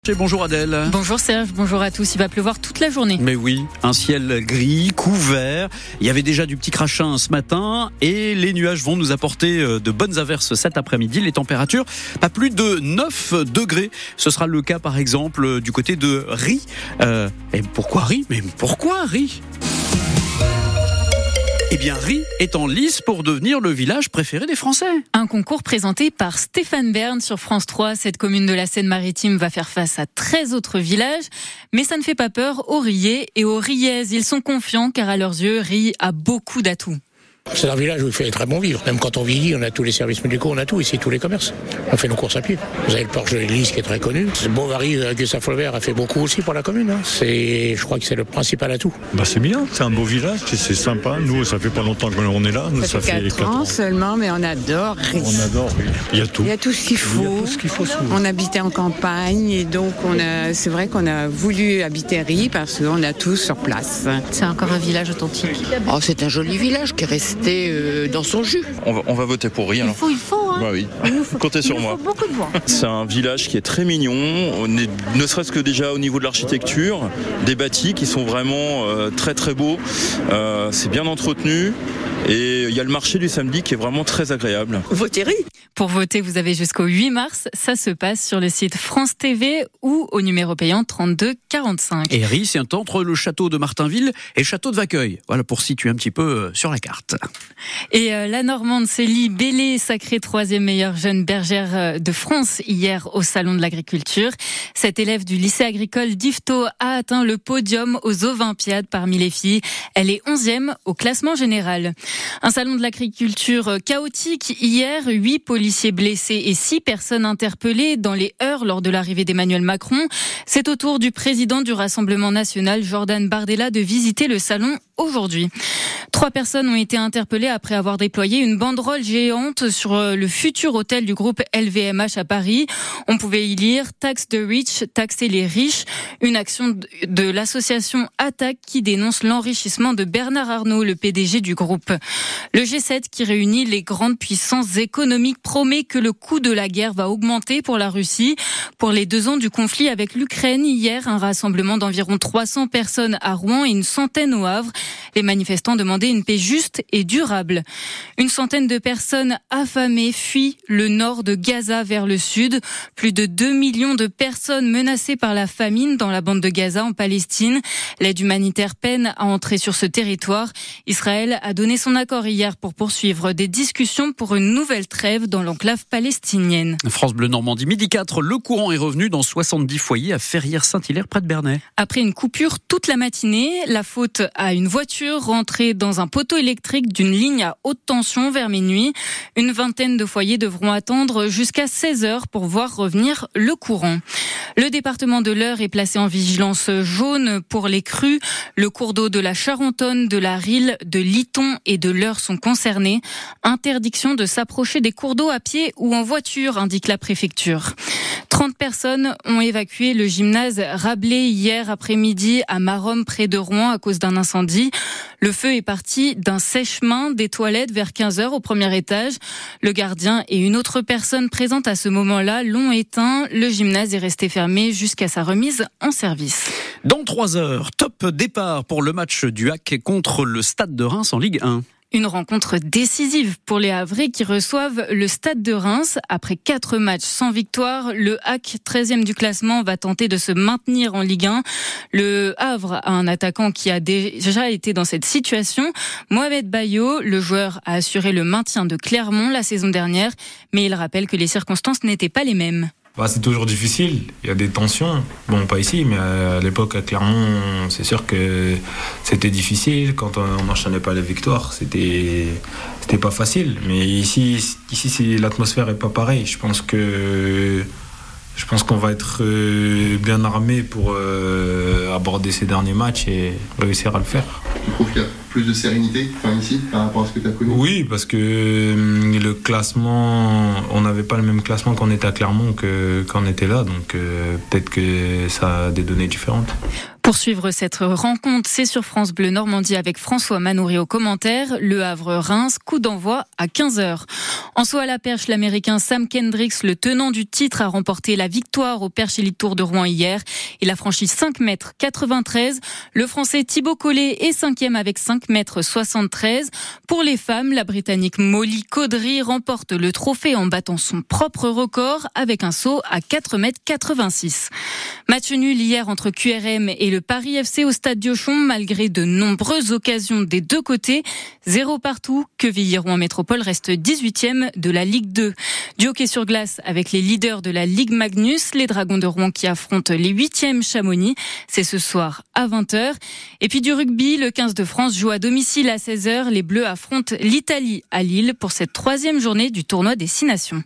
Bonjour Adèle. Bonjour Serge, bonjour à tous. Il va pleuvoir toute la journée. Mais oui, un ciel gris, couvert. Il y avait déjà du petit crachin ce matin et les nuages vont nous apporter de bonnes averses cet après-midi. Les températures, pas plus de 9 degrés. Ce sera le cas par exemple du côté de Ry. Et pourquoi Ry ? Mais pourquoi Ry ? Eh bien, Ry est en lice pour devenir le village préféré des Français. Un concours présenté par Stéphane Bern sur France 3. Cette commune de la Seine-Maritime va faire face à 13 autres villages. Mais ça ne fait pas peur aux Ryais et aux Ryaises. Ils sont confiants car à leurs yeux, Ry a beaucoup d'atouts. C'est un village où il fait très bon vivre. Même quand on vieillit, on a tous les services médicaux, on a tout ici, tous les commerces. On fait nos courses à pied. Vous avez le porche de l'église qui est très connu. Bovary, Gustave Flaubert a fait beaucoup aussi pour la commune. Je crois que c'est le principal atout. C'est bien, c'est un beau village, c'est sympa. Nous, ça fait pas longtemps qu'on est là. Nous, ça fait 4 ans seulement, mais on adore Ry. On adore, oui. Il y a tout. Il y a tout ce qu'il faut. On habitait en campagne et donc c'est vrai qu'on a voulu habiter Ry parce qu'on a tout sur place. C'est encore un village authentique. C'est un joli village qui est resté dans son jus. On va voter pour Ry. Il faut. Bah oui. Comptez sur moi. Beaucoup de voix. C'est un village qui est très mignon. On est, ne serait-ce que déjà au niveau de l'architecture, des bâtis qui sont vraiment très très beaux. C'est bien entretenu. Et il y a le marché du samedi qui est vraiment très agréable. Votez Ry. Pour voter, vous avez jusqu'au 8 mars. Ça se passe sur le site France TV ou au numéro payant 32 45. Et Ry, c'est entre le château de Martinville et le château de Vaqueuil. Voilà, pour situer un petit peu sur la carte. Et la Normande Célie Bellé, sacrée 3e meilleure jeune bergère de France hier au Salon de l'Agriculture. Cette élève du lycée agricole d'Yvetot a atteint le podium aux Olympiades parmi les filles. Elle est 11e au classement général. Un salon de l'agriculture chaotique hier, 8 policiers blessés et 6 personnes interpellées dans les heurts lors de l'arrivée d'Emmanuel Macron. C'est au tour du président du Rassemblement national, Jordan Bardella, de visiter le salon aujourd'hui. 3 personnes ont été interpellées après avoir déployé une banderole géante sur le futur hôtel du groupe LVMH à Paris. On pouvait y lire « Tax the rich, taxer les riches », une action de l'association Attaque qui dénonce l'enrichissement de Bernard Arnault, le PDG du groupe. Le G7 qui réunit les grandes puissances économiques promet que le coût de la guerre va augmenter pour la Russie. Pour les 2 ans du conflit avec l'Ukraine, hier, un rassemblement d'environ 300 personnes à Rouen et une centaine au Havre. Les manifestants demandaient une paix juste et durable. Une centaine de personnes affamées fuient le nord de Gaza vers le sud. Plus de 2 millions de personnes menacées par la famine dans la bande de Gaza en Palestine. L'aide humanitaire peine à entrer sur ce territoire. Israël a donné son accord hier pour poursuivre des discussions pour une nouvelle trêve dans l'enclave palestinienne. France Bleu Normandie, midi 4, le courant est revenu dans 70 foyers à Ferrières-Saint-Hilaire près de Bernay. Après une coupure toute la matinée, la faute à une voiture rentrée dans un poteau électrique d'une ligne à haute tension vers minuit. Une vingtaine de foyers devront attendre jusqu'à 16h pour voir revenir le courant. Le département de l'Eure est placé en vigilance jaune pour les crues. Le cours d'eau de la Charentonne, de la Rille, de l'Iton et de l'Eure sont concernés. Interdiction de s'approcher des cours d'eau à pied ou en voiture, indique la préfecture. 30 personnes ont évacué le gymnase Rabelais hier après-midi à Maromme près de Rouen à cause d'un incendie. Le feu est parti d'un sèche-main des toilettes vers 15h au premier étage. Le gardien et une autre personne présente à ce moment-là l'ont éteint. Le gymnase est resté fermé jusqu'à sa remise en service. Dans 3 heures, top départ pour le match du HAC contre le Stade de Reims en Ligue 1. Une rencontre décisive pour les Havrais qui reçoivent le Stade de Reims. Après 4 matchs sans victoire, le HAC, 13e du classement, va tenter de se maintenir en Ligue 1. Le Havre a un attaquant qui a déjà été dans cette situation. Mohamed Bayo, le joueur, a assuré le maintien de Clermont la saison dernière, mais il rappelle que les circonstances n'étaient pas les mêmes. C'est toujours difficile, il y a des tensions. Bon, pas ici, mais à l'époque à Clermont, c'est sûr que c'était difficile. Quand on n'enchaînait pas les victoires, c'était pas facile. Mais ici l'atmosphère est pas pareille. Je pense qu'on va être bien armé pour aborder ces derniers matchs et réussir à le faire. Tu trouves qu'il y a plus de sérénité ici par rapport à ce que tu as connu ? Oui, parce que le classement, on n'avait pas le même classement quand on était à Clermont quand on était là, donc peut-être que ça a des données différentes. Pour suivre cette rencontre, c'est sur France Bleu Normandie avec François Manoury au commentaire. Le Havre-Reims, coup d'envoi à 15h. En saut à la perche, l'Américain Sam Kendricks, le tenant du titre, a remporté la victoire au Perche Elite Tour de Rouen hier. Il a franchi 5,93 m. Le Français Thibaut Collet est 5e avec 5,73 m. Pour les femmes, la Britannique Molly Caudry remporte le trophée en battant son propre record avec un saut à 4,86 m. Match nul hier entre QRM et le Paris FC au stade Diochon, malgré de nombreuses occasions des deux côtés. 0 partout, Quevilly-Rouen Métropole reste 18e de la Ligue 2. Du hockey sur glace avec les leaders de la Ligue Magnus, les Dragons de Rouen qui affrontent les 8e Chamonix. C'est ce soir à 20h. Et puis du rugby, le 15 de France joue à domicile à 16h. Les Bleus affrontent l'Italie à Lille pour cette 3e journée du tournoi des 6 nations.